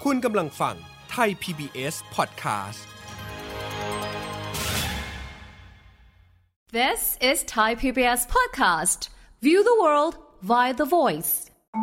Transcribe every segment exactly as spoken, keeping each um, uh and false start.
คุณกำลังฟังไทย พี บี เอส Podcast This is Thai พี บี เอส Podcast. View the world via the voice.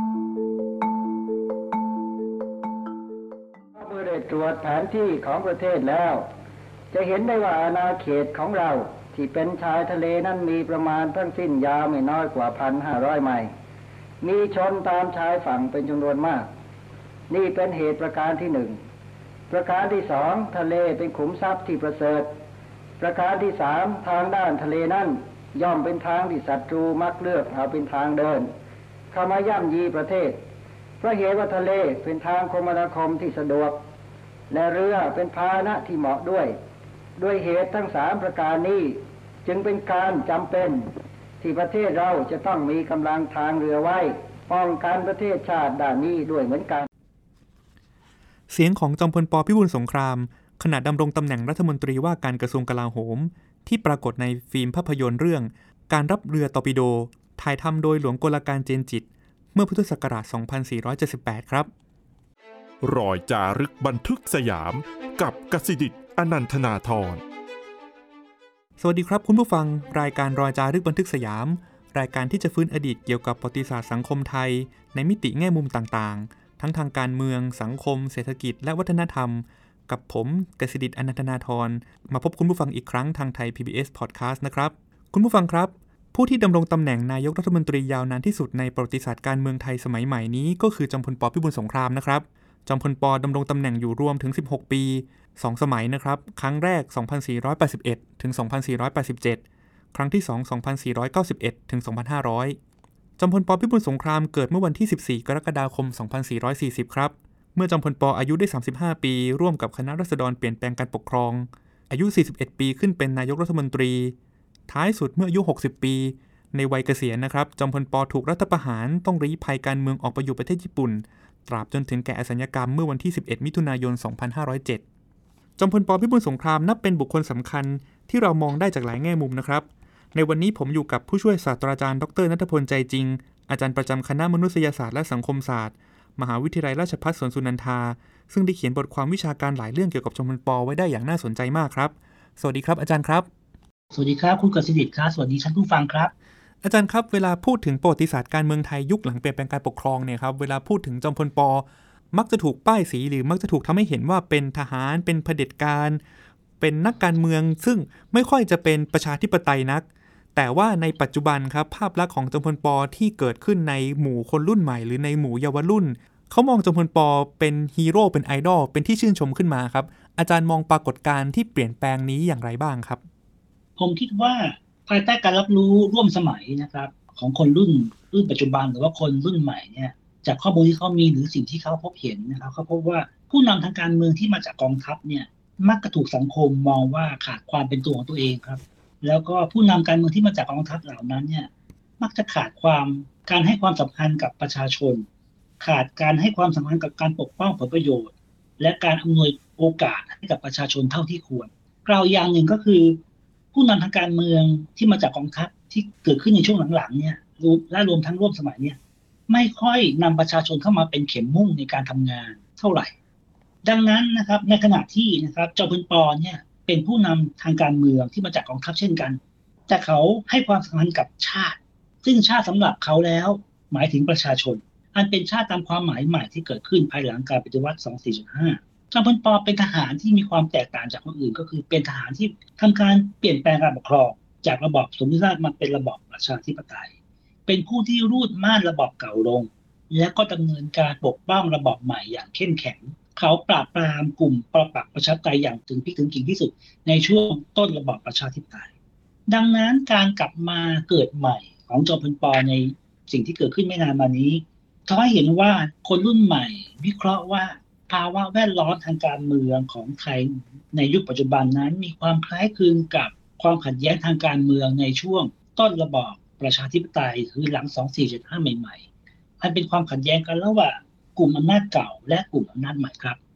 เมื่อได้ตรวจแผนที่ของประเทศแล้วจะเห็นได้ว่าอาณาเขตของเราที่เป็นชายทะเลนั้นมีประมาณทั้งสิ้นยาวไม่น้อยกว่า หนึ่งพันห้าร้อย ไมล์มีชนตามชายฝั่งเป็นจำนวนมากนี่เป็นเหตุประการที่หนึ่งประการที่สองทะเลเป็นขุมทรัพย์ที่ประเสริฐประการที่สามทางด้านทะเลนั้นย่อมเป็นทางที่ศัตรูมักเลือกเอาเป็นทางเดินเข้ามาย่ำยีประเทศเพราะเหตุว่าทะเลเป็นทางคมนาคมที่สะดวกและเรือเป็นพาหนะที่เหมาะด้วยด้วยเหตุทั้งสามประการนี้จึงเป็นการจำเป็นที่ประเทศเราจะต้องมีกำลังทางเรือไว้ป้องกันประเทศชาติด้านนี้ด้วยเหมือนกันเสียงของจอมพล ป.พิบูลสงครามขณะดำรงตำแหน่งรัฐมนตรีว่าการกระทรวงกลาโหมที่ปรากฏในฟิล์มภาพยนตร์เรื่องการรับเรือตอร์ปิโดถ่ายทำโดยหลวงกลการเจนจิตเมื่อพุทธศักราช สองพันสี่ร้อยเจ็ดสิบแปด ครับรอยจารึกบันทึกสยามกับกสิดิษฐ์อนันทนาธรสวัสดีครับคุณผู้ฟังรายการรอยจารึกบันทึกสยามรายการที่จะฟื้นอดีตเกี่ยวกับประวัติศาสตร์สังคมไทยในมิติแง่มุมต่างๆทั้งทางการเมืองสังคมเศรษฐกิจและวัฒนธรรมกับผมกสิดิษฐ์อนันทนาธรมาพบคุณผู้ฟังอีกครั้งทางไทย พี บี เอส Podcast นะครับคุณผู้ฟังครับผู้ที่ดำรงตำแหน่งนายกรัฐมนตรียาวนานที่สุดในประวัติศาสตร์การเมืองไทยสมัยใหม่นี้ก็คือจอมพล ป.พิบูลสงครามนะครับจอมพล ป.ดำรงตำแหน่งอยู่รวมถึงสิบหกปีสองสมัยนะครับครั้งแรก สองพันสี่ร้อยแปดสิบเอ็ด ถึง สองพันสี่ร้อยแปดสิบเจ็ด ครั้งที่สอง สองพันสี่ร้อยเก้าสิบเอ็ด ถึง สองพันห้าร้อยจอมพล ป.พิบูลสงครามเกิดเมื่อวันที่สิบสี่กรกฎาคมสองพันสี่ร้อยสี่สิบครับเมื่อจอมพล ป.อายุได้สามสิบห้าปีร่วมกับคณะราษฎรเปลี่ยนแปลงการปกครองอายุสี่สิบเอ็ดปีขึ้นเป็นนายกรัฐมนตรีท้ายสุดเมื่ออายุหกสิบปีในวัยเกษียณนะครับจอมพล ป.ถูกรัฐประหารต้องลี้ภัยการเมืองออกไปอยู่ประเทศญี่ปุ่นตราบจนถึงแก่อสัญญกรรมเมื่อวันที่สิบเอ็ดมิถุนายนสองพันห้าร้อยเจ็ดจอมพล ป.พิบูลสงครามนับเป็นบุคคลสำคัญที่เรามองได้จากหลายแง่มุมนะครับในวันนี้ผมอยู่กับผู้ช่วยศาสตราจารย์ดรณัฐพลใจจริงอาจารย์ประจำคณะมนุษยศาสตร์และสังคมศาสตร์มหาวิทยาลัยราชภัฏสวนสุนันทาซึ่งได้เขียนบทความวิชาการหลายเรื่องเกี่ยวกับจอมพล ป.ไว้ได้อย่างน่าสนใจมากครับสวัสดีครับอาจารย์ครับสวัสดีครับคุณกฤษดิษฐ์ครับสวัสดีท่านผู้ฟังครับอาจารย์ครับเวลาพูดถึงประวัติศาสตร์การเมืองไทยยุคหลังเปลี่ยนแปลงการปกครองเนี่ยครับเวลาพูดถึงจอมพล ป.มักจะถูกป้ายสีหรือมักจะถูกทำให้เห็นว่าเป็นทหารเป็นเผด็จการเป็นนักการเมืองซึ่งไม่ค่อยจะเป็นประชาธิปไตยนักแต่ว่าในปัจจุบันครับภาพลักษณ์ของจอมพล ป.ที่เกิดขึ้นในหมู่คนรุ่นใหม่หรือในหมู่เยาวรุ่นเขามองจอมพล ป.เป็นฮีโร่เป็นไอดอลเป็นที่ชื่นชมขึ้นมาครับอาจารย์มองปรากฏการณ์ที่เปลี่ยนแปลงนี้อย่างไรบ้างครับผมคิดว่าภายใต้การรับรู้ร่วมสมัยนะครับของคนรุ่นรุ่นปัจจุบันหรือว่าคนรุ่นใหม่เนี่ยจากข้อมูลที่เขามีหรือสิ่งที่เขาพบเห็นนะครับเขาพบว่าผู้นำทางการเมืองที่มาจากกองทัพเนี่ยมักจะถูกสังคมมองว่าขาดความเป็นตัวของตัวเองครับแล้วก็ผู้นำการเมืองที่มาจากกองทัพเหล่านั้นเนี่ยมักจะขาดความการให้ความสำคัญกับประชาชนขาดการให้ความสำคัญกับการปกป้องผลประโยชน์และการอำนวยโอกาสให้กับประชาชนเท่าที่ควรกล่าวอย่างหนึ่งก็คือผู้นำทางการเมืองที่มาจากกองทัพที่เกิดขึ้นในช่วงหลังๆเนี่ยและรวมทั้งร่วมสมัยเนี่ยไม่ค่อยนำประชาชนเข้ามาเป็นเข็มมุ่งในการทำงานเท่าไหร่ดังนั้นนะครับในขณะที่นะครับจอมพล ป.เนี่ยเป็นผู้นำทางการเมืองที่มาจากกองทัพเช่นกันแต่เขาให้ความสำคัญกับชาติซึ่งชาติสำหรับเขาแล้วหมายถึงประชาชนอันเป็นชาติตามความหมายใหม่ที่เกิดขึ้นภายหลังการปฏิวัติ สองพันสี่ร้อยห้า จอมพล ป.เป็นทหารที่มีความแตกต่างจากคนอื่นก็คือเป็นทหารที่ทำการเปลี่ยนแปลงการปกครองจากระบอบสมมุติราชมาเป็นระบอบประชาธิปไตยเป็นผู้ที่รูดม่านระบอบเก่าลงและก็ดำเนินการปกป้องระบอบใหม่อย่างเข้มแข็งเขาปราบปรามกลุ่มปรปักษ์ประชาธิปไตยอย่างถึงพริกถึงกิ่งที่สุดในช่วงต้นระบอบประชาธิปไตยดังนั้นการกลับมาเกิดใหม่ของจอมพล ป.ในสิ่งที่เกิดขึ้นไม่นานมานี้ทำให้เห็นว่าคนรุ่นใหม่วิเคราะห์ว่าภาวะแวดล้อมทางการเมืองของไทยในยุคปัจจุบันนั้นมีความคล้ายคลึงกับความขัดแย้งทางการเมืองในช่วงต้นระบอบประชาธิปไตยคือหลังสองพันสี่ร้อยเจ็ดสิบห้าใหม่ๆอันเป็นความขัดแย้งกันระหว่างกลุ่มอำนาจเก่าและกลุ่มอำนาจใหม่ครับ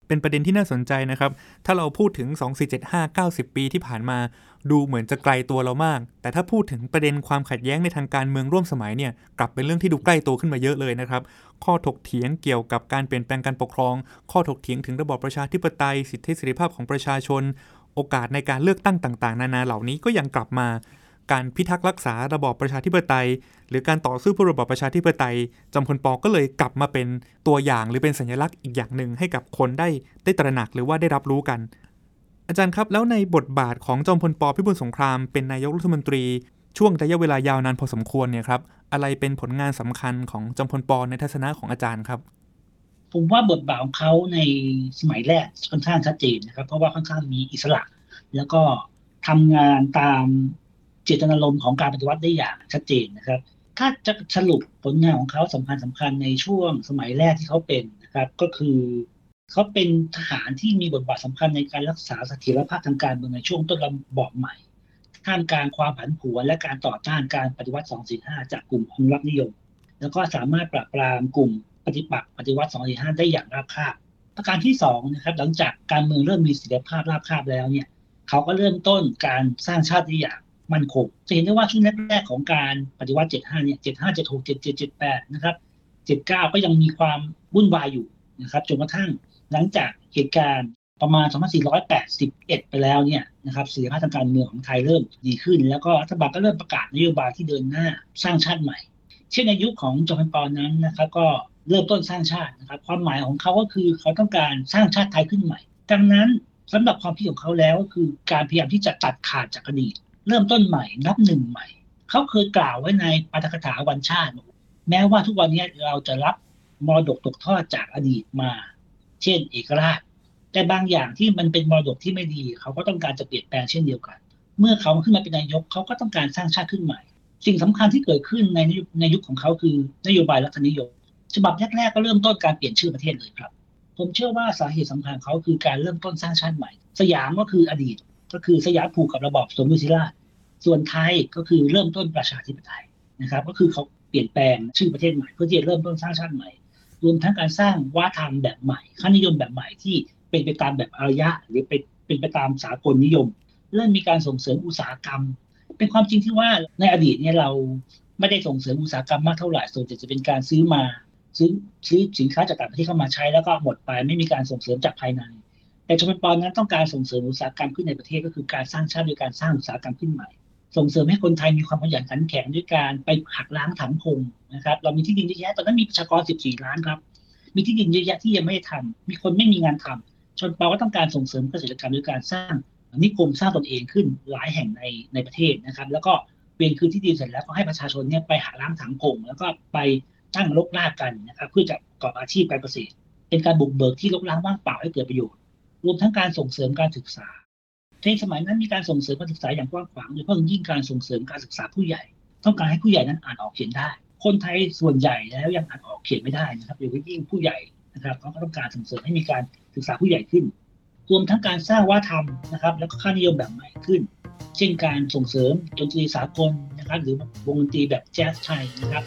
เป็นประเด็นที่น่าสนใจนะครับถ้าเราพูดถึงสองสี่เจ็ดห้า เก้าสิบปีที่ผ่านมาดูเหมือนจะไกลตัวเรามากแต่ถ้าพูดถึงประเด็นความขัดแย้งในทางการเมืองร่วมสมัยเนี่ยกลับเป็นเรื่องที่ดูใกล้ตัวขึ้นมาเยอะเลยนะครับข้อถกเถียงเกี่ยวกับการเปลี่ยนแปลงการปกครองข้อถกเถียงถึงระบอบประชาธิปไตยสิทธิเสรีภาพของประชาชนโอกาสในการเลือกตั้งต่างๆนานาเหล่านี้ก็ยังกลับมาการพิทักษ์รักษาระบอบประชาธิปไตยหรือการต่อสู้เพื่อระบอบประชาธิปไตยจอมพลป.ก็เลยกลับมาเป็นตัวอย่างหรือเป็นสัญลักษณ์อีกอย่างหนึ่งให้กับคนได้ได้ตระหนักหรือว่าได้รับรู้กันอาจารย์ครับแล้วในบทบาทของจอมพลป.พิบูลสงครามเป็นนายกรัฐมนตรีช่วงระยะเวลายาวนานพอสมควรเนี่ยครับอะไรเป็นผลงานสำคัญของจอมพลป.ในทัศนะของอาจารย์ครับผมว่าบทบาทของเขาในสมัยแรกค่อนข้างชัดเจนนะครับเพราะว่าค่อนข้างมีอิสระแล้วก็ทำงานตามเจตนารมณ์ของการปฏิวัติได้อย่างชัดเจนนะครับถ้าจะสรุปผลงานของเขาสำคัญสำคัญในช่วงสมัยแรกที่เขาเป็นนะครับก็คือเขาเป็นทหารที่มีบทบาทสำคัญในการรักษาเสถียรภาพทางการเมืองในช่วงต้นระบอบใหม่ท่ามกลางความผันผวนและการต่อต้านการปฏิวัติสองสี่ห้าจากกลุ่มอนุรักษ์นิยมแล้วก็สามารถปราบปรามกลุ่มปฏิปักษ์ปฏิวัติสองสี่ห้าได้อย่างราบคาบประการที่สองนะครับหลังจากการเมืองเริ่มมีเสถียรภาพราบคาบแล้วเนี่ยเขาก็เริ่มต้นการสร้างชาติได้อย่างมั่นคงจะเห็นได้ว่าช่วงแรกๆของการปฏิวัติเจ็ดสิบห้าเนี่ยเจ็ดสิบห้า เจ็ดสิบหก เจ็ดสิบเจ็ด เจ็ดสิบแปดนะครับเจ็ดสิบเก้าก็ยังมีความวุ่นวายอยู่นะครับจนกระทั่งหลังจากเหตุการณ์ประมาณสองพันสี่ร้อยแปดสิบเอ็ดไปแล้วเนี่ยนะครับเสถียรภาพทางการเมืองของไทยเริ่มดีขึ้นแล้วก็รัฐบาลก็เริ่มประกาศนโยบายที่เดินหน้าสร้างชาติใหม่เช่นในยุคของจอมพลป.นั้นนะครับก็เริ่มต้นสร้างชาตินะครับความหมายของเขาก็คือเขาต้องการสร้างชาติไทยขึ้นใหม่ดังนั้นสำหรับความคิดของเขาแล้วก็คือการพยายามที่จะตัดขาดจากอดีตเริ่มต้นใหม่นับหนึ่งใหม่เขาเคยกล่าวไว้ในปาฐกถาวันชาติแม้ว่าทุกวันนี้เราจะรับมรดกตกทอดจากอดีตมาเช่นเอกราชแต่บางอย่างที่มันเป็นมรดกที่ไม่ดีเขาก็ต้องการจะเปลี่ยนแปลงเช่นเดียวกันเมื่อเขาขึ้นมาเป็นนายกเขาก็ต้องการสร้างชาติขึ้นใหม่สิ่งสำคัญที่เกิดขึ้นในในยุคของเขาคือนโยบายรัฐนิยมฉบับแรกๆก็เริ่มต้นการเปลี่ยนชื่อประเทศเลยครับผมเชื่อว่าสาเหตุสำคัญเขาคือการเริ่มต้นสร้างชาติใหม่สยามก็คืออดีตก็คือสยามผูกกับระบอบสมดุลศิลาส่วนไทยก็คือเริ่มต้นประชาธิปไตยนะครับก็คือเขาเปลี่ยนแปลงชื่อประเทศใหม่เพื่อที่จะเริ่มต้นสร้างชาติใหม่รวมทั้งการสร้างวัฒนธรรมแบบใหม่ค่านิยมแบบใหม่ที่เป็นไปตามแบบอารยะหรือเป็นเป็นไปตามสากลนิยมเริ่มมีการส่งเสริมอุตสาหกรรมเป็นความจริงที่ว่าในอดีตเนี่ยเราไม่ได้ส่งเสริมอุตสาหกรรมมากเท่าไหร่ส่วนใหญ่จะเป็นการซื้อมาซื้อซื้อสินค้าจากต่างประเทศเข้ามาใช้แล้วก็หมดไปไม่มีการส่งเสริมจากภายในแต่จอมพลป.นั้นต้องการส่งเสริมอุตสาหกรรมขึ้นในประเทศก็คือการสร้างชาติโดยการสร้างอุตสาหกรรมขึ้นใหม่ส่งเสริมให้คนไทยมีความขยันขันแข็งด้วยการไปหักล้างถังคงนะครับเรามีที่ดินเยอะแยะตอนนั้นมีประชากรสิบสี่ล้านครับมีที่ดินเยอะแยะที่ยังไม่ได้ทำมีคนไม่มีงานทำจอมพลป.ก็ต้องการส่งเสริมเกษตรกรรมด้วยการสร้างนิคมสร้างตนเองขึ้นหลายแห่งในในประเทศนะครับแล้วก็เปลี่ยนคืนที่ดินเสร็จแล้วก็ให้ประชาชนเนี่ยไปหักล้างถังคงแล้วก็ไปตั้งรกรากกันนะครับเพื่อจะประกอบอาชีพการเกษตรเป็นการบุกเบิกที่รกร้างว่างเปล่าให้เกิดประโยชน์รวมทั้งการส่งเสริมการศึกษาในสมัยนั้นมีการส่งเสริมการศึกษาอย่างกว้างขวางโดยเฉพาะยิ่งการส่งเสริมการศึกษาผู้ใหญ่ต้องการให้ผู้ใหญ่นั้นอ่านออกเขียนได้คนไทยส่วนใหญ่แล้วยังอ่านออกเขียนไม่ได้นะครับโดยเฉพาะยิ่งผู้ใหญ่นะครับเขาก็ต้องการส่งเสริมให้มีการศึกษาผู้ใหญ่ขึ้นรวมทั้งการสร้างวัฒนธรรมนะครับแล้วก็ค่านิยมแบบใหม่ขึ้นเช่นการส่งเสริมดนตรีสากลนะครับหรือวงดนตรีแบบแจ๊สไทยนะครับ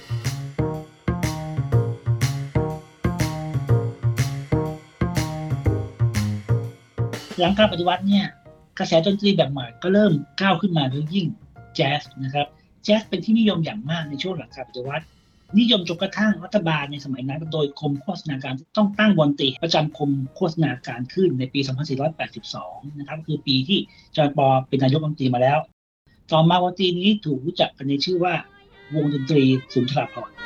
หลังการปฏิวัติเนี่ยกระแสดนตรีแบบใหม่ก็เริ่มก้าวขึ้นมาโดยยิ่งแจ๊สนะครับแจ๊สเป็นที่นิยมอย่างมากในช่วงหลังการปฏิวัตินิยมจนกระทั่งรัฐบาลในสมัยนั้นโดยกรมโฆษณาการต้องตั้งวงดนตรีประจำกรมโฆษณาการขึ้นในปีสองพันสี่ร้อยแปดสิบสองนะครับคือปีที่จอมพลป.เป็นนายกรัฐมนตรีมาแล้วต่อมาวงดนตรีนี้ถูกรู้จักกันในชื่อว่าวงดนตรีสุนทราภรณ์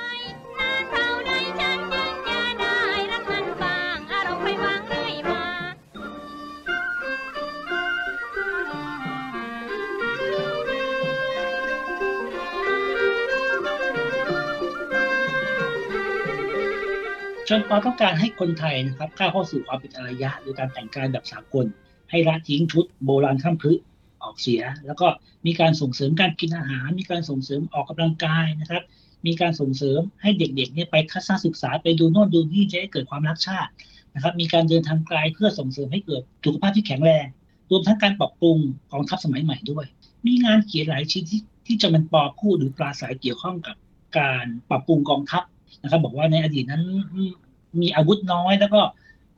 จอมพลป.ต้องการให้คนไทยนะครับก้าวเข้าสู่ความเป็นอารยะโดยการแต่งกายแบบสากลให้ละทิ้งชุดโบราณข้ามพฤกษ์ออกเสียแล้วก็มีการส่งเสริมการกินอาหารมีการส่งเสริมออกกำลังกายนะครับมีการส่งเสริมให้เด็กๆเนี่ยไปทัศนศึกษาไปดูโน่นดูนี่จะให้เกิดความรักชาตินะครับมีการเดินทางไกลเพื่อส่งเสริมให้เกิดสุขภาพที่แข็งแรงรวมทั้งการปรับปรุงกองทัพสมัยใหม่ด้วยมีงานเขียนหลายชิ้นที่ที่จอมพลป.พูดหรือปราศรัยเกี่ยวข้องกับการปรับปรุงกองทัพนะครับบอกว่าในอดีตนั้นมีอาวุธน้อยแล้วก็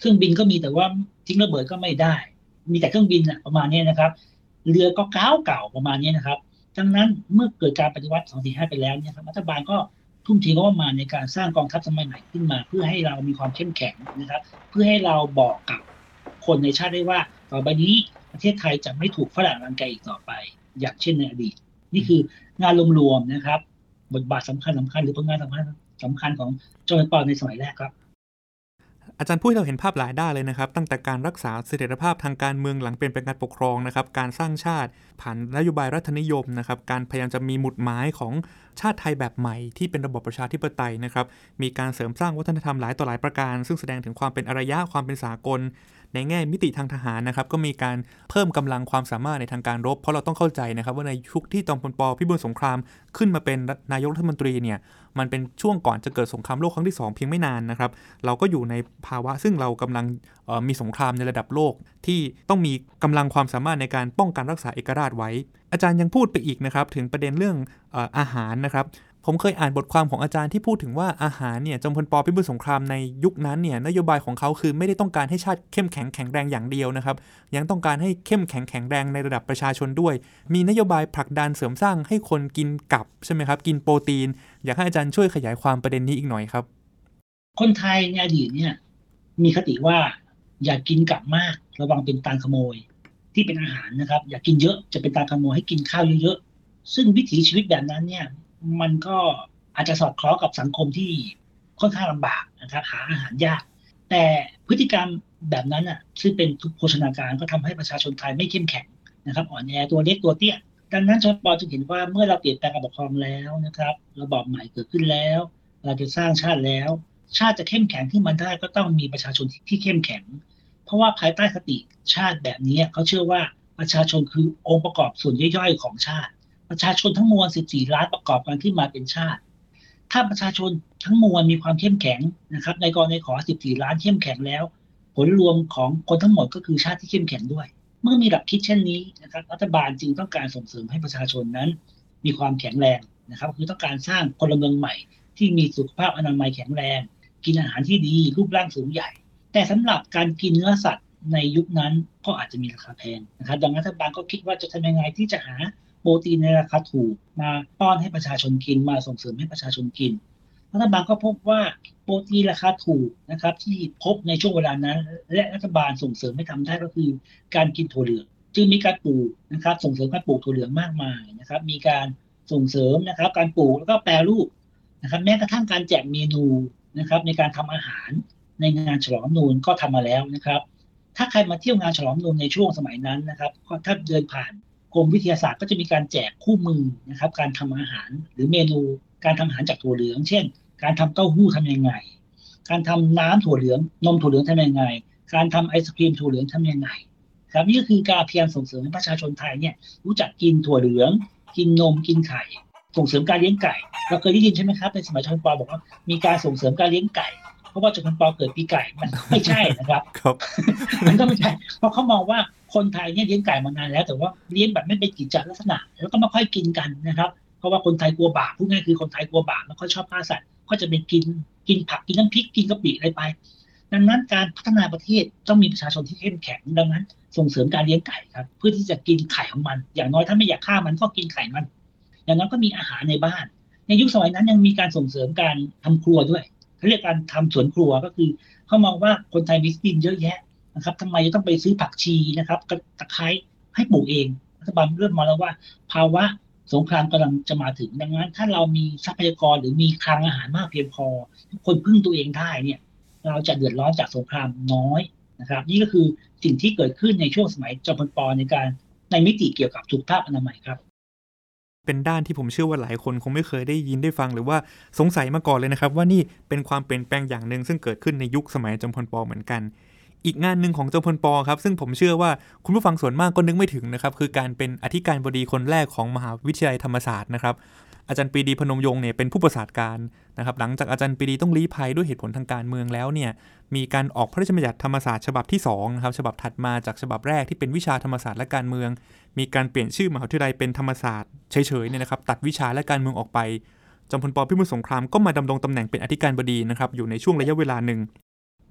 เครื่องบินก็มีแต่ว่าทิ้งระเบิดก็ไม่ได้มีแต่เครื่องบินอะประมาณนี้นะครับเรือก็เก่าเก่าประมาณนี้นะครับดังนั้นเมื่อเกิดการปฏิวัติสองสี่ห้าไปแล้วเนี่ยครับรัฐบาลก็ทุ่มเทงบประมาณในการสร้างกองทัพสมัยใหม่ขึ้นมาเพื่อให้เรามีความเข้มแข็งนะครับเพื่อให้เราบอกกับคนในชาติได้ว่าต่อไปนี้ประเทศไทยจะไม่ถูกฝรั่งรังแกอีกต่อไปอย่างเช่นในอดีตนี่คืองานรวมๆนะครับบทบาทสำคัญสำคัญหรือผลงานสำคัญสำคัญของจอมพลป.ในสมัยแรกครับอาจารย์พูดให้เราเห็นภาพหลายด้านเลยนะครับตั้งแต่การรักษาเสถียรภาพทางการเมืองหลังเปลี่ยนแปลงการปกครองนะครับการสร้างชาติผ่านนโยบายรัฐนิยมนะครับการพยายามจะมีหมุดหมายของชาติไทยแบบใหม่ที่เป็นระบบประชาธิปไตยนะครับมีการเสริมสร้างวัฒนธรรมหลายต่อหลายประการซึ่งแสดงถึงความเป็นอารยะความเป็นสากลในแง่มิติทางทหารนะครับก็มีการเพิ่มกำลังความสามารถในทางการรบเพราะเราต้องเข้าใจนะครับว่าในยุคที่จอมพลป.พิบูลสงครามขึ้นมาเป็นนายกรัฐมนตรีเนี่ยมันเป็นช่วงก่อนจะเกิดสงครามโลกครั้งที่สองเพียงไม่นานนะครับเราก็อยู่ในภาวะซึ่งเรากำลังมีสงครามในระดับโลกที่ต้องมีกำลังความสามารถในการป้องกันรักษาเอกราชไว้อาจารย์ยังพูดไปอีกนะครับถึงประเด็นเรื่องเอ่ออาหารนะครับผมเคยอ่านบทความของอาจารย์ที่พูดถึงว่าอาหารเนี่ยจอมพลป.พิบูลสงครามในยุคนั้นเนี่ยนโยบายของเขาคือไม่ได้ต้องการให้ชาติเข้มแข็งแข็งแรงอย่างเดียวนะครับยังต้องการให้เข้มแข็งแข็งแรงในระดับประชาชนด้วยมีนโยบายผลักดันเสริมสร้างให้คนกินกับใช่ไหมครับกินโปรตีนอยากให้อาจารย์ช่วยขยายความประเด็นนี้อีกหน่อยครับคนไทยในอดีตเนี่ยมีคติว่าอย่ากินกับมากระวังเป็นตาลขโมยที่เป็นอาหารนะครับอย่ากินเยอะจะเป็นตาลขโมยให้กินข้าวเยอะๆซึ่งวิถีชีวิตแบบนั้นเนี่ยมันก็อาจจะสอดคล้องกับสังคมที่ค่อนข้างลำบากนะครับหาอาหารยากแต่พฤติกรรมแบบนั้นอ่ะซึ่งเป็นทุกโภชนาการก็ทำให้ประชาชนไทยไม่เข้มแข็งนะครับอ่อนแอตัวเล็กตัวเตี้ยดังนั้นจอมพลป.จึงเห็นว่าเมื่อเราเปลี่ยนแปลงการปกครองแล้วนะครับระบอบใหม่เกิดขึ้นแล้วเราจะสร้างชาติแล้วชาติจะเข้มแข็งขึ้นมาได้ก็ต้องมีประชาชนที่เข้มแข็งเพราะว่าภายใต้คติชาติแบบนี้เขาเชื่อว่าประชาชนคือองค์ประกอบส่วนย่อยๆของชาติประชาชนทั้งมวลสิบสี่ล้านประกอบกันขึ้นมาเป็นชาติถ้าประชาชนทั้งมวลมีความเข้มแข็งนะครับในกรณีขอสิบสี่ล้านเข้มแข็งแล้วผลรวมของคนทั้งหมดก็คือชาติที่เข้มแข็งด้วยเมื่อมีหลักคิดเช่นนี้นะครับรัฐบาลจึงต้องการส่งเสริมให้ประชาชนนั้นมีความแข็งแรงนะครับคือต้องการสร้างพลเมืองใหม่ที่มีสุขภาพอนามัยแข็งแรงกินอาหารที่ดีรูปร่างสูงใหญ่แต่สำหรับการกินเนื้อสัตว์ในยุคนั้นก็อาจจะมีราคาแพงนะครับดังนั้นรัฐบาลก็คิดว่าจะทำยังไงที่จะหาโปรตีนในราคาถูกมาป้อนให้ประชาชนกินมาส่งเสริมให้ประชาชนกินรัฐบาลก็พบว่าโปรตีนราคาถูกนะครับที่พบในช่วงเวลานั้นและรัฐบาลส่งเสริมให้ทำได้ก็คือการกินถั่วเหลืองจึงมีการปลูกนะครับส่งเสริมการปลูกถั่วเหลืองมากมายนะครับมีการส่งเสริมนะครับการปลูกแล้วก็แปรรูปนะครับแม้กระทั่งการแจกเมนูนะครับในการทำอาหารในงานฉลองรัฐธรรมนูญก็ทำมาแล้วนะครับถ้าใครมาเที่ยวงานฉลองรัฐธรรมนูญในช่วงสมัยนั้นนะครับถ้าเดินผ่านกรมวิทยาศาสตร์ก็จะมีการแจกคู่มือนะครับการทำอาหารหรือเมนูการทำอาหารจากถั่วเหลืองเช่นการทำเต้าหู้ทำยังไงการทำน้ำถั่วเหลืองนมถั่วเหลืองทำยังไงการทำไอศครีมถั่วเหลืองทำยังไงครับนี่ก็คือการพยายามส่งเสริมให้ประชาชนไทยเนี่ยรู้จักกินถั่วเหลืองกินนมกินไข่ส่งเสริมการเลี้ยงไก่เราเคยได้ยินใช่ไหมครับในสมัยจอมพลป.บอกว่ามีการส่งเสริมการเลี้ยงไก่เพราะว่าจอมพลป.เกิดปีไก่มันไม่ใช่นะครับครับมันก็ไม่ใช่เพราะเขามองว่าคนไทยเนี่ยเลี้ยงไก่มานานแล้วแต่ว่าเลี้ยงแบบไม่เป็นกิจลักษณะแล้วก็ไม่ค่อยกินกันนะครับเพราะว่าคนไทยกลัวบาปพูดง่ายคือคนไทยกลัวบาปไม่ค่อยชอบฆ่าสัตว์ก็จะเป็นกินกินผักกินน้ำพริกกินกะปิอะไรไปดังนั้นการพัฒนาประเทศต้องมีประชาชนที่เข้มแข็งดังนั้นส่งเสริมการเลี้ยงไก่ครับเพื่อที่จะกินไข่ของมันอย่างน้อยถ้าไม่อยากฆ่ามันก็กินไข่มันอย่างนั้นก็มีอาหารในบ้านในยุคสมัยนั้นยังมีการส่งเสริมการทำครัวด้วยเขาเรียกการทำสวนครัวก็คือเขามองว่าคนไทยมีดินเยอะแยะนะครับทำไมจะต้องไปซื้อผักชีนะครับตะไคร้ให้ปลูกเองรัฐบาลเริ่มมองแล้วว่าภาวะสงครามกำลังจะมาถึงดังนั้นถ้าเรามีทรัพยากรหรือมีคลังอาหารมากเพียงพอทุกคนพึ่งตัวเองได้เนี่ยเราจะเดือดร้อนจากสงครามน้อยนะครับนี่ก็คือสิ่งที่เกิดขึ้นในช่วงสมัยจอมพลป.ในการในมิติเกี่ยวกับสุขภาพอนามัยครับเป็นด้านที่ผมเชื่อว่าหลายคนคงไม่เคยได้ยินได้ฟังหรือว่าสงสัยมาก่อนเลยนะครับว่านี่เป็นความเปลี่ยนแปลงอย่างนึงซึ่งเกิดขึ้นในยุคสมัยจอมพลป.เหมือนกันอีกงานหนึ่งของจอมพลป.ครับซึ่งผมเชื่อว่าคุณผู้ฟังส่วนมากก็นึกไม่ถึงนะครับคือการเป็นอธิการบดีคนแรกของมหาวิทยาลัยธรรมศาสตร์นะครับอาจารย์ปรีดีพนมยงค์เนี่ยเป็นผู้ประสานการนะครับหลังจากอาจารย์ปรีดีต้องลี้ภัยด้วยเหตุผลทางการเมืองแล้วเนี่ยมีการออกพระราชบัญญัติธรรมศาสตร์ฉบับที่สองนะครับฉบับถัดมาจากฉบับแรกที่เป็นวิชาธรรมศาสตร์และการเมืองมีการเปลี่ยนชื่อมหาวิทยาลัยเป็นธรรมศาสตร์เฉยๆเนี่ยนะครับตัดวิชาและการเมืองออกไปจอมพลป.พิบูลสงครามก็มาดำรงตำแหน่งเป็นอธิการบดีนะครับอยู่ในช่วงระยะเวลาหนึ่ง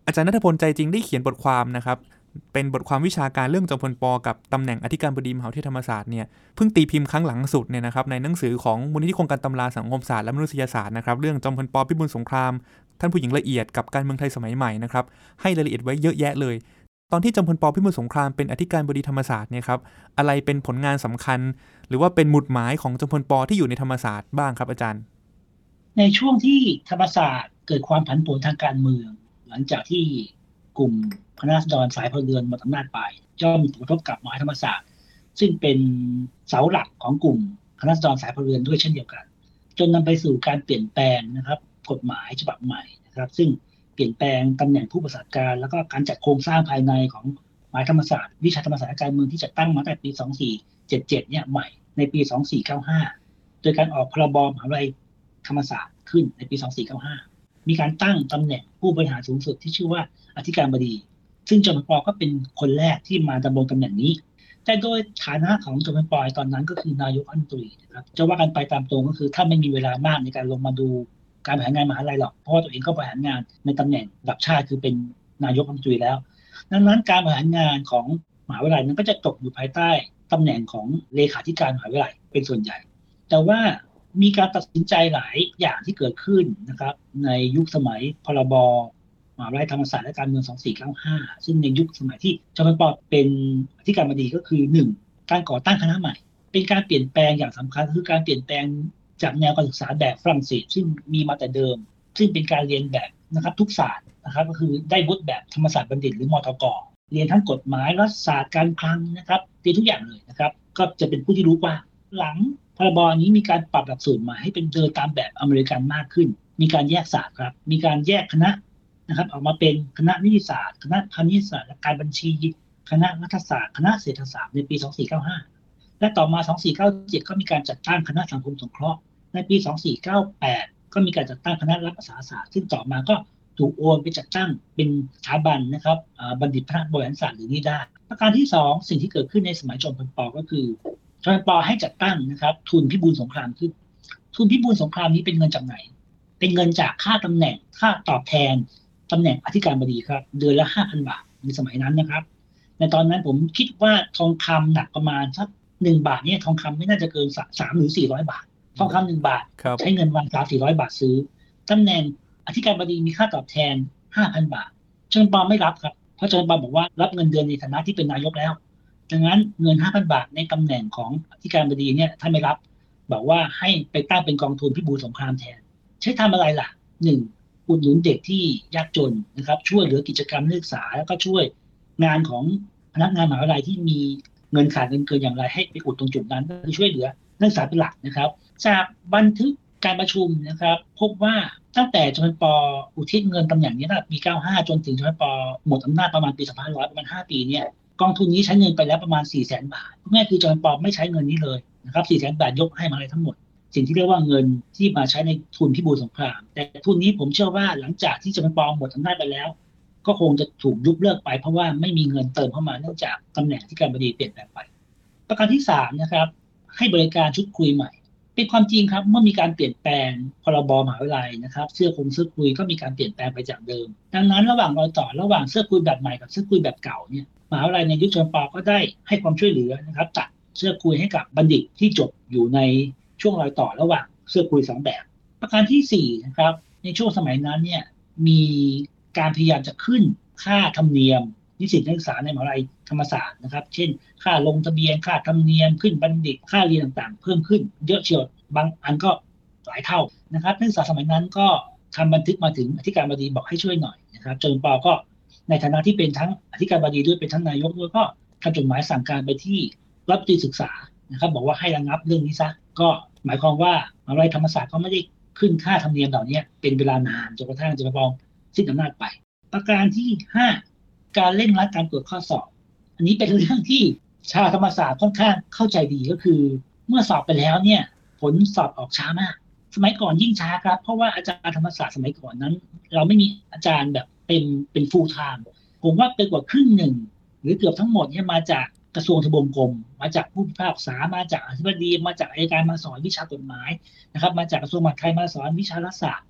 อาจารย์ณัฐพลใจจริงได้เขียนบทความนะครับเป็นบทความวิชาการเรื่องจอมพลป.กับตำแหน่งอธิการบดีมหาวิทยาลัยธรรมศาสตร์เนี่ยเพิ่งตีพิมพ์ครั้งหลังสุดเนี่ยนะครับในหนังสือของมูลนิธิโครงการตำราสังคมศาสตร์และมนุษยศาสตร์นะครับเรื่องจอมพลป.พิบูลสงครามท่านผู้หญิงละเอียดกับการเมืองไทยสมัยใหม่นะครับให้รายละเอียดไว้เยอะแยะเลยตอนที่จอมพลป.พิบูลสงครามเป็นอธิการบดีธรรมศาสตร์เนี่ยครับอะไรเป็นผลงานสำคัญหรือว่าเป็นหมุดหมายของจอมพลป.ที่อยู่ในธรรมศาสตร์บ้างครับอาจารย์ในช่วงที่ธรรมศาสตร์เกิดความผันผวนทางการเมืองหลังจากที่กลุ่มคณะราษฎรสายพลเรือนหมดอำนาจไปย่อมมีผลกระทบกับมหาธรรมศาสตร์ซึ่งเป็นเสาหลักของกลุ่มคณะราษฎรสายพลเรือนด้วยเช่นเดียวกันจนนำไปสู่การเปลี่ยนแปลงนะครับกฎหมายฉบับใหม่นะครับซึ่งเปลี่ยนแปลงตำแหน่งผู้ประสานการแล้วก็การจัดโครงสร้างภายในของมหาธรรมศาสตร์วิชาธรรมศาสตร์การเมืองที่จะตั้งมาตั้งแต่ปีสองพันสี่ร้อยเจ็ดสิบเจ็ดเนี่ยใหม่ในปีสองพันสี่ร้อยเก้าสิบห้าโดยการออกพรบมหาวิทยาลัยธรรมศาสตร์ขึ้นในปีสองพันสี่ร้อยเก้าสิบห้ามีการตั้งตำแหน่งผู้บริหารสูงสุดที่ชื่อว่าอธิการบดีซึ่งจอมพลป.ก็เป็นคนแรกที่มาดำรงตำแหน่งนี้แต่โดยฐานะของจอมพลป.ตอนนั้นก็คือนายกรัฐมนตรีนะครับจะว่ากันไปตามตรงก็คือถ้าไม่มีเวลามากในการลงมาดูการบริหารงานมหาวิทยาลัยหรอกเพราะว่าตัวเองก็บริหารงานในตำแหน่งระดับชาติคือเป็นนายกรัฐมนตรีแล้วดังนั้นการบริหารงานของมหาวิทยาลัยนั้นก็จะตกอยู่ภายใต้ตำแหน่งของเลขาธิการมหาวิทยาลัยเป็นส่วนใหญ่แต่ว่ามีการตัดสินใจหลายอย่างที่เกิดขึ้นนะครับในยุคสมัยพรบมหาวิทยาลัยธรรมศาสตร์และการเมืองสองพันสี่ร้อยเก้าสิบห้าซึ่งในยุคสมัยที่จอมพลป.เป็นอธิการบดีก็คือหนึ่งการก่อตั้งคณะใหม่เป็นการเปลี่ยนแปลงอย่างสำคัญคือการเปลี่ยนแปลงจากแนวการศึกษาแบบฝรั่งเศสซึ่งมีมาแต่เดิมซึ่งเป็นการเรียนแบบนะครับทุกศาสตร์นะครับก็คือได้วุฒิแบบธรรมศาสตร์บัณฑิตหรือมทก.เรียนทั้งกฎหมายรัฐศาสตร์การคลังนะครับเรียนทุกอย่างเลยนะครับก็จะเป็นผู้ที่รู้กว่าหลังพรบนี้มีการปรับหลักสูตรใหม่ให้เป็นเดินตามแบบอเมริกันมากขึ้นมีการแยกศาสตร์ครับมีการแยกคณะนะครับออกมาเป็นคณะนิติศาสตร์คณะพาณิชยศาสตร์และการบัญชีคณะรัฐศาสตร์คณะเศรษฐศาสตร์ในปีสองพันสี่ร้อยเก้าสิบห้าและต่อมาสองพันสี่ร้อยเก้าสิบเจ็ดก็มีการจัดตั้งคณะสังคมสงเคราะห์ในปีสองพันสี่ร้อยเก้าสิบแปดก็มีการจัดตั้งคณะรัฐประศาศาสตร์ซึ่งต่อมาก็ถูกโอนไปจัดตั้งเป็นสถาบันนะครับบัณฑิตคณะบริหารศาสตร์หรือนิด้าประการที่สองสิ่งที่เกิดขึ้นในสมัยจอมพลป.ก็คือจอมพลป.ให้จัดตั้งนะครับทุนพิบูลสงครามขึ้นทุนพิบูลสงครามนี้เป็นเงินจากไหนเป็นเงินจากค่าตำแหน่งค่าตอบแทนตำแหน่งอธิการบดีครับเดือนละ ห้าพัน บาทในสมัยนั้นนะครับในตอนนั้นผมคิดว่าทองคำหนักประมาณสักหนึ่งบาทเนี่ยทองคำไม่น่าจะเกินสามหรือสี่ร้อยบาททองคำหนึ่งบาทใช้เงินวันสามสี่ร้อยบาทซื้อตำแหน่งอธิการบดีมีค่าตอบแทน ห้าพัน บาทจอมพลป.ไม่รับครับเพราะจอมพลป.บอกว่ารับเงินเดือนในฐานะที่เป็นนายกแล้วดังนั้นเงิน ห้าพัน บาทในตำแหน่งของอธิการบดีเนี่ยท่านไม่รับบอกว่าให้ไปตั้งเป็นกองทุนพิบูลสงครามแทนใช้ทำอะไรล่ะหนึ่งอุดหนุนเด็กที่ยากจนนะครับช่วยเหลือกิจกรรมนักศึกษาแล้วก็ช่วยงานของพนักงานมหาวิทยาลัยที่มีเงินขาดเงินเกินอย่างไรให้ไปอุดตรงจุดนั้นก็คือช่วยเหลือนักศึกษาเป็นหลักนะครับจากบันทึกการประชุมนะครับพบว่าตั้งแต่จอมพลป.อุทิศเงินตำแหน่งนี้ตั้งแต่ปีเก้าสิบห้าจนถึงจอมพลป.หมดอำนาจประมาณปีสองพันห้าร้อยประมาณห้าปีเนี่ยกองทุนนี้ใช้เงินไปแล้วประมาณ สี่แสน บาทง่ายคือจอมพลป.ไม่ใช้เงินนี้เลยนะครับ สี่แสน บาทยกให้มาเลยทั้งหมดสิ่งที่เรียกว่าเงินที่มาใช้ในทุนพิบูลสงครามแต่ทุนนี้ผมเชื่อว่าหลังจากที่จอมพลป.หมดอำนาจไปแล้วก็คงจะถูกยุบเลิกไปเพราะว่าไม่มีเงินเติมเข้ามาเนื่องจากตำแหน่งที่การบดีเปลี่ยนแปลงไปประการที่สามนะครับให้บริการชุดคุยใหม่เป็นความจริงครับเมื่อมีการเปลี่ยนแปลงพรบมหาวิทยาลัยนะครับเสื้อคลุมเสื้อคุยก็มีการเปลี่ยนแปลงไปจากเดิมดังนั้นระหว่างรอยต่อระหว่างเสื้อคุยแบบใหม่กับเสื้อคุยแบบเก่าเนี่ยมหาวิทยาลัยในยุคจอมพลป.ก็ได้ให้ความช่วยเหลือนะครับตัดเสื้อคุยให้กับบัณฑิตที่จบอยู่ในช่วงรอยต่อระหว่างเสื้อคุยสองแบบประการที่สี่นะครับในช่วงสมัยนั้นเนี่ยมีการพยายามจะขึ้นค่าธรรมเนียมนิสิตนักศึกษาในมหาวิทยาลัยธรรมศาสตร์นะครับเช่นค่าลงทะเบียนค่าธรรมเนียมขึ้นบัณฑิตค่าเรียนต่างๆเพิ่มขึ้นเยอะเชียวบางอันก็หลายเท่านะครับนักศึกษาสมัยนั้นก็ทำบันทึกมาถึงอธิการบดีบอกให้ช่วยหน่อยนะครับจอมพลป.ก็ในฐานะที่เป็นทั้งอธิการบดีด้วยเป็นทั้งนายกด้วยก็ทำจดหมายสั่งการไปที่รัฐมนตรีศึกษานะครับบอกว่าให้ระงับเรื่องนี้ซะก็หมายความว่ามหาวิทยาลัยธรรมศาสตร์เขาไม่ได้ขึ้นค่าธรรมเนียมเหล่านี้เป็นเวลานานจนกระทั่งจอมพลป.สิ้นอำนาจไปประการที่ห้าการเร่งรัดการตรวจข้อสอบอันนี้เป็นเรื่องที่ชาวธรรมศาสตร์ค่อนข้างเข้าใจดีก็คือเมื่อสอบไปแล้วเนี่ยผลสอบออกช้ามากสมัยก่อนยิ่งช้าครับเพราะว่าอาจารย์ธรรมศาสตร์สมัยก่อนนั้นเราไม่มีอาจารย์แบบเป็นเป็นฟูลไทม์ผมว่าเป็นกว่าครึ่งหนึ่งหรือเกือบทั้งหมดเนี่ยมาจากกระทรวงทบวงกรมมาจากผู้พิพากษามาจากอธิบดีมาจากอัยการมาสอนวิชากฎหมายนะครับมาจากกระทรวงมหาดไทยมาสอนวิชารัฐศาสตร์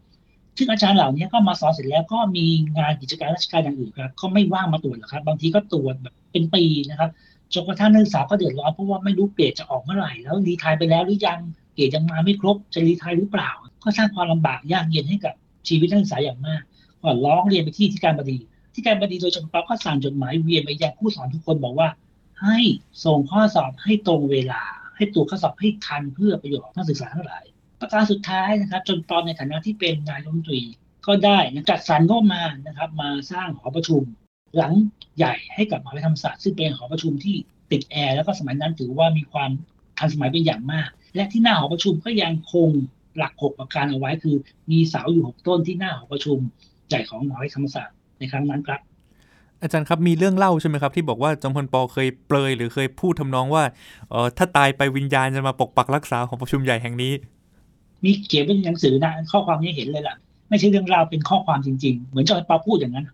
ซึ่งอาจารย์เหล่านี้ก็มาสอนเสร็จแล้วก็มีงานกิจการราชการอย่างอื่นครับก็ไม่ว่างมาตรวจหรอกครับบางทีก็ตรวจแบบเป็นปีนะครับจนกระทั่งนักศึกษาก็เดือดร้อนเพราะว่าไม่รู้เกรดจะออกเมื่อไหร่แล้วรีไทร์ไปแล้วหรือยังเกรดยังมาไม่ครบจะรีไทร์หรือเปล่าก็สร้างความลำบากยากเย็นให้กับชีวิตนักศึกษาอย่างมากก็ร้องเรียนไปที่ที่การบดีที่การบดีโดยเฉพาะก็สั่งจดหมายเวียนไปยังผู้สอนทุกคนบอกว่าให้ส่งข้อสอบให้ตรงเวลาให้ตรวจข้อสอบให้ทันเพื่อประโยชน์ของนักศึกษาทั้งหลายประการสุดท้ายนะครับจนตอนในฐานะที่เป็นนายกรัฐมนตรีก็ได้จัดสรรงบมานะครับมาสร้างหอประชุมหลังใหญ่ให้กับมหาวิทยาลัยธรรมศาสตร์ซึ่งเป็นหอประชุมที่ติดแอร์แล้วก็สมัยนั้นถือว่ามีความทันสมัยเป็นอย่างมากและที่หน้าหอประชุมก็ยังคงหลักหกประการเอาไว้คือมีเสาอยู่หกต้นที่หน้าหอประชุมใหญ่ของมหาวิทยาลัยธรรมศาสตร์ในครั้งนั้นครับอาจารย์ครับมีเรื่องเล่าใช่ไหมครับที่บอกว่าจอมพลป.เคยเปรยหรือเคยพูดทำนองว่าเออถ้าตายไปวิญญาณจะมาปกปักรักษาหอประชุมใหญ่แห่งนี้มีเขียนเป็นหนังสือนะข้อความนี้เห็นเลยล่ะไม่ใช่เรื่องราวเป็นข้อความจริงๆเหมือนจอมพลป.พูดอย่างนั้น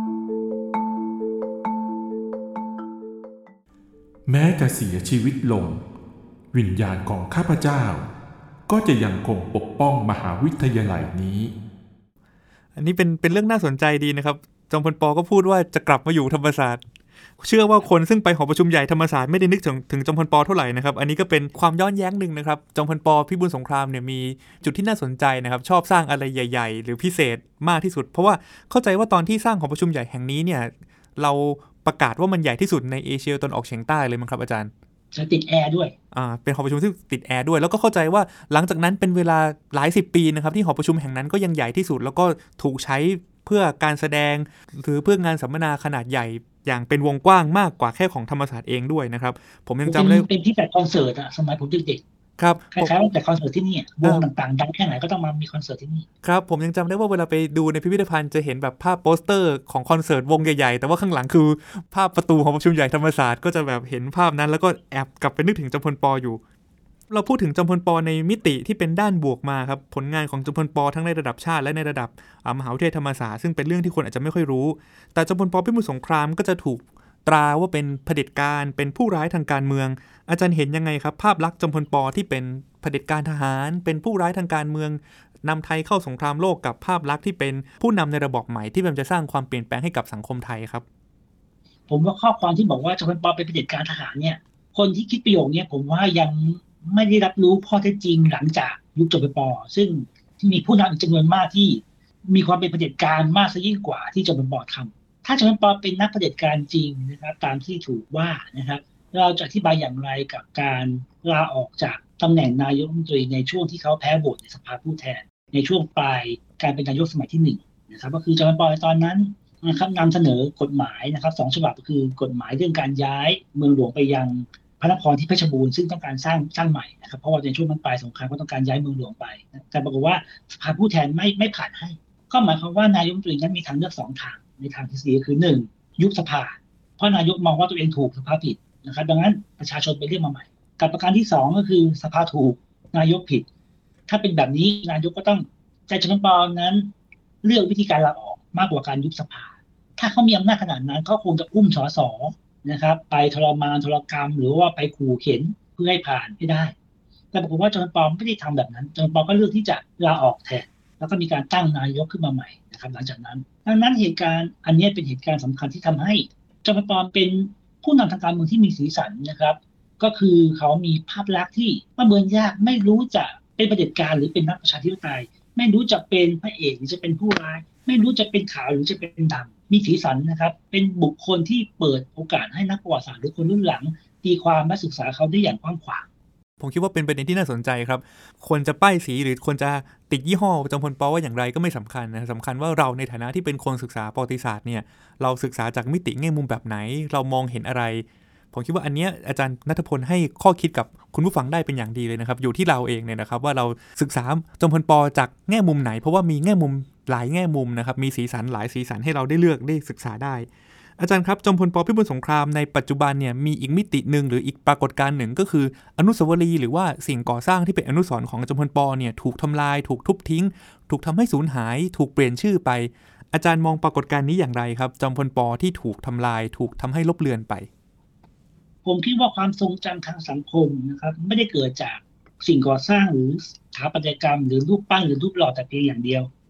แม้จะเสียชีวิตลงวิญญาณของข้าพเจ้าก็จะยังคงปกป้องมหาวิทยาลัยนี้อันนี้เป็นเป็นเรื่องน่าสนใจดีนะครับจอมพลป.ก็พูดว่าจะกลับมาอยู่ธรรมศาสตร์เชื่อว่าคนซึ่งไปหอประชุมใหญ่ธรรมศาสตร์ไม่ได้นึกถึงถึงจอมพลป.เท่าไหร่นะครับอันนี้ก็เป็นความย้อนแย้งนึงนะครับจอมพลป.พิบูลสงครามเนี่ยมีจุดที่น่าสนใจนะครับชอบสร้างอะไรใหญ่ๆหรือพิเศษมากที่สุดเพราะว่าเข้าใจว่าตอนที่สร้างหอประชุมใหญ่แห่งนี้เนี่ยเราประกาศว่ามันใหญ่ที่สุดในเอเชียตะวันออกเฉียงใต้เลยมั้งครับอาจารย์ติดแอร์ด้วยอ่าเป็นหอประชุมที่ติดแอร์ด้วยแล้วก็เข้าใจว่าหลังจากนั้นเป็นเวลาหลายสิบปีนะครับที่หอประชุมแห่งนั้นก็ยังใหญ่ที่สุดแล้วก็ถูกใช้เพื่อการแสดงหรือเพื่องานสัมมนาขนาดใหญ่อย่างเป็นวงกว้างมากกว่าแค่ของธรรมศาสตร์เองด้วยนะครับผมยังจำได้เป็นที่จัดคอนเสิร์ตอะสมัยผมเด็กๆครับคล้ายๆว่าจัดคอนเสิร์ตที่นี่วงต่างๆดังแค่ไหนก็ต้องมามีคอนเสิร์ตที่นี่ครับผมยังจำได้ว่าเวลาไปดูในพิพิธภัณฑ์จะเห็นแบบภาพโปสเตอร์ของคอนเสิร์ตวงใหญ่ๆแต่ว่าข้างหลังคือภาพประตูของประชุมใหญ่ธรรมศาสตร์ก็จะแบบเห็นภาพนั้นแล้วก็แอบกลับไปนึกถึงจอมพลป.อยู่เราพูดถึงจอมพลป.ในมิติที่เป็นด้านบวกมาครับผลงานของจอมพลป.ทั้งในระดับชาติและในระดับมหาวิทยาลัยธรรมศาสตร์ซึ่งเป็นเรื่องที่คนอาจจะไม่ค่อยรู้แต่จอมพลป.พิบูลสงครามก็จะถูกตราว่าเป็นเผด็จการเป็นผู้ร้ายทางการเมืองอาจารย์เห็นยังไงครับภาพลักษณ์จอมพลป.ที่เป็นเผด็จการทหารเป็นผู้ร้ายทางการเมืองนำไทยเข้าสงครามโลกกับภาพลักษณ์ที่เป็นผู้นำในระบอบใหม่ที่มันจะสร้างความเปลี่ยนแปลงให้กับสังคมไทยครับผมว่าข้อความที่บอกว่าจอมพลป.เป็นเผด็จการทหารเนี่ยคนที่คิดประโยคนี้ผมว่ายังไม่ได้รับรู้ข้อเท็จจริงหลังจากยุคจอมพลป.ซึ่งที่มีผู้นำจำนวนมากที่มีความเป็นเผด็จการมากซะยิ่งกว่าที่จอมพลป.ทำถ้าจอมพลป.เป็นนักเผด็จการจริงนะครับตามที่ถูกว่านะครับเราจะอธิบายอย่างไรกับการลาออกจากตำแหน่งนายกรัฐมนตรีในช่วงที่เขาแพ้โหวตในสภาผู้แทนในช่วงปลายการเป็นนายกสมัยที่หนึ่งนะครับก็คือจอมพลป.ตอนนั้นนะครับนำเสนอกฎหมายนะครับสองฉบับก็คือกฎหมายเรื่องการย้ายเมืองหลวงไปยังพระนครที่เพชรบูรณ์ซึ่งต้องการสร้างสร้างใหม่นะครับเพราะว่าในช่วงนั้นปลายสงครามก็ต้องการย้ายเมืองหลวงไปแต่ปรากฏว่าสภาผู้แทนไม่ไม่ผ่านให้ก็หมายความว่านายกรัฐมนตรีนั้นมีทางเลือกสองทางในทางทฤษฎีคือหนึ่งยุบสภาเพราะนายกมองว่าตัวเองถูกสภาผิดนะครับดังนั้นประชาชนไปเรียกมาใหม่กับประการที่สองก็คือสภาถูกนายกผิดถ้าเป็นแบบนี้นายกก็ต้องใจจอมพลป.นั้นเลือกวิธีการลาออกมากกว่าการยุบสภาถ้าเขามีอำนาจขนาดนั้นเขาคงจะอุ้มสสนะครับไปทรมานทรกรรมหรือว่าไปขู่เข็นเพื่อให้ผ่านให้ได้แต่ปรากฏว่าจอมพลป.ไม่ได้ทำแบบนั้นจอมพลป.ก็เลือกที่จะลาออกแทนแล้วก็มีการตั้งนายกขึ้นมาใหม่นะครับหลังจากนั้นดังนั้นเหตุการณ์อันนี้เป็นเหตุการณ์สำคัญที่ทำให้จอมพลป.เป็นผู้นำทางการเมืองที่มีสีสันนะครับก็คือเขามีภาพลักษณ์ที่ประเมินยากไม่รู้จะเป็นเผด็จการหรือเป็นนักประชาธิปไตยไม่รู้จะเป็นพระเอกหรือจะเป็นผู้ร้ายไม่รู้จะเป็นขาวหรือจะเป็นดำมีสีสันนะครับเป็นบุคคลที่เปิดโอกาสให้นักประวัติศาสตร์หรือคนรุ่นหลังตีความและศึกษาเขาได้อย่างกว้างขวางผมคิดว่าเป็นประเด็นที่น่าสนใจครับควรจะป้ายสีหรือควรจะติดยี่ห้อจอมพลป.ว่าอย่างไรก็ไม่สำคัญนะสำคัญว่าเราในฐานะที่เป็นคนศึกษาประวัติศาสตร์เนี่ยเราศึกษาจากมิติแง่มุมแบบไหนเรามองเห็นอะไรผมคิดว่าอันเนี้ยอาจารย์ณัฐพลให้ข้อคิดกับคุณผู้ฟังได้เป็นอย่างดีเลยนะครับอยู่ที่เราเองเนี่ยนะครับว่าเราศึกษาจอมพลป.จากแง่มุมไหนเพราะว่ามีแง่มุมหลายแง่มุมนะครับมีสีสันหลายสีสันให้เราได้เลือกได้ศึกษาได้อาจารย์ครับจอมพลป.พิบูลสงครามในปัจจุบันเนี่ยมีอีกมิตินึงหรืออีกปรากฏการณ์หนึ่งก็คืออนุสาวรีย์หรือว่าสิ่งก่อสร้างที่เป็นอนุสรณ์ของจอมพลป.เนี่ยถูกทำลายถูกทุบทิ้งถูกทำให้สูญหายถูกเปลี่ยนชื่อไปอาจารย์มองปรากฏการณ์นี้อย่างไรครับจอมพลป.ที่ถูกทำลายถูกทำให้ลบเลือนไปผมคิดว่าความทรงจำทางสังคมนะครับไม่ได้เกิดจากสิ่งก่อสร้างหรือสถาปัตยกรรมหรือรูปปั้นหรือรูปหล่อแต่เพียงอย่างเดียว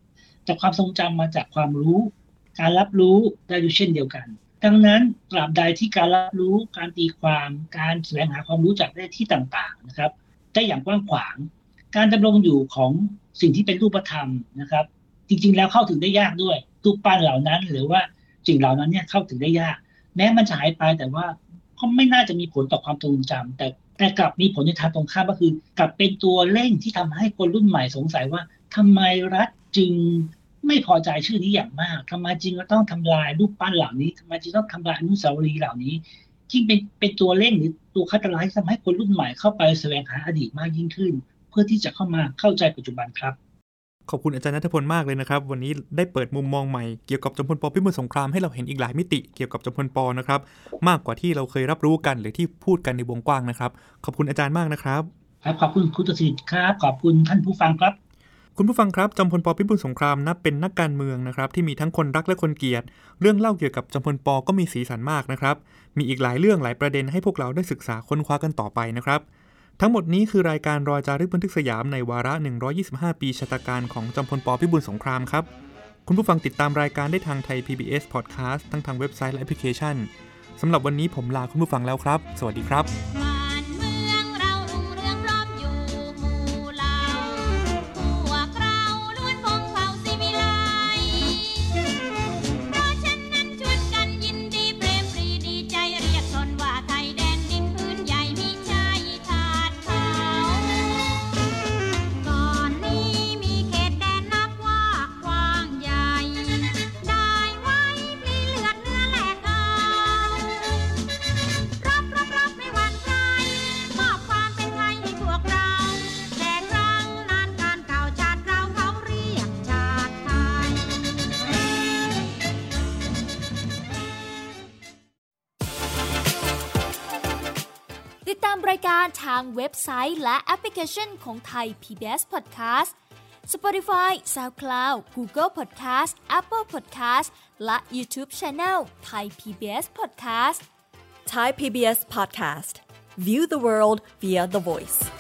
แต่ความทรงจำมาจากความรู้การรับรู้ได้อยู่เช่นเดียวกันดังนั้นตราบใดที่การรับรู้การตีความการแสวงหาความรู้จากได้ที่ต่างๆนะครับได้อย่างกว้างขวางการดำรงอยู่ของสิ่งที่เป็นรูปธรรมนะครับจริงๆแล้วเข้าถึงได้ยากด้วยรูปปั้นเหล่านั้นหรือว่าสิ่งเหล่านั้นเนี่ยเข้าถึงได้ยากแม้มันจะหายไปแต่ว่าก็ไม่น่าจะมีผลต่อความทรงจำแต่แต่กลับมีผลในทางตรงข้ามก็คือกลับเป็นตัวเร่งที่ทำให้คนรุ่นใหม่สงสัยว่าทำไมรัฐจึงไม่พอใจชื่อนี้อย่างมากทำไมจริงก็ต้องทำลายรูปปั้นเหล่านี้ทำไมจริงต้องทำลายอนุสาวรีย์เหล่านี้ที่เป็นเป็นตัวเร่งหรือตัวคัตไลซ์ทำให้คนรุ่นใหม่เข้าไปแสวงหาอดีตมากยิ่งขึ้นเพื่อที่จะเข้ามาเข้าใจปัจจุบันครับขอบคุณอาจารย์ณัฐพลมากเลยนะครับวันนี้ได้เปิดมุมมองใหม่เกี่ยวกับจอมพลป.พิบูลสงครามให้เราเห็นอีกหลายมิติเกี่ยวกับจอมพลป.นะครับมากกว่าที่เราเคยรับรู้กันหรือที่พูดกันในวงกว้างนะครับขอบคุณอาจารย์มากนะครับครับขอบคุณคุณตุสิทธิ์ครับขอบคุณท่านผู้ฟังครับคุณผู้ฟังครับจอมพลป.พิบูลสงครามนับเป็นนักการเมืองนะครับที่มีทั้งคนรักและคนเกลียดเรื่องเล่าเกี่ยวกับจอมพลป.ก็มีสีสันมากนะครับมีอีกหลายเรื่องหลายประเด็นให้พวกเราได้ศึกษาค้นคว้ากันต่อไปนะครับทั้งหมดนี้คือรายการรอยจารึกบันทึกสยามในวาระหนึ่งร้อยยี่สิบห้าปีชะตากาลของจอมพลป.พิบูลสงครามครับคุณผู้ฟังติดตามรายการได้ทางไทย พี บี เอส Podcast ทั้งทางเว็บไซต์และแอปพลิเคชันสำหรับวันนี้ผมลาคุณผู้ฟังแล้วครับสวัสดีครับติดตามรายการทางเว็บไซต์และแอปพลิเคชันของไทย พี บี เอส Podcast Spotify SoundCloud Google Podcast Apple Podcast และ YouTube Channel Thai พี บี เอส Podcast Thai พี บี เอส Podcast View the world via the voice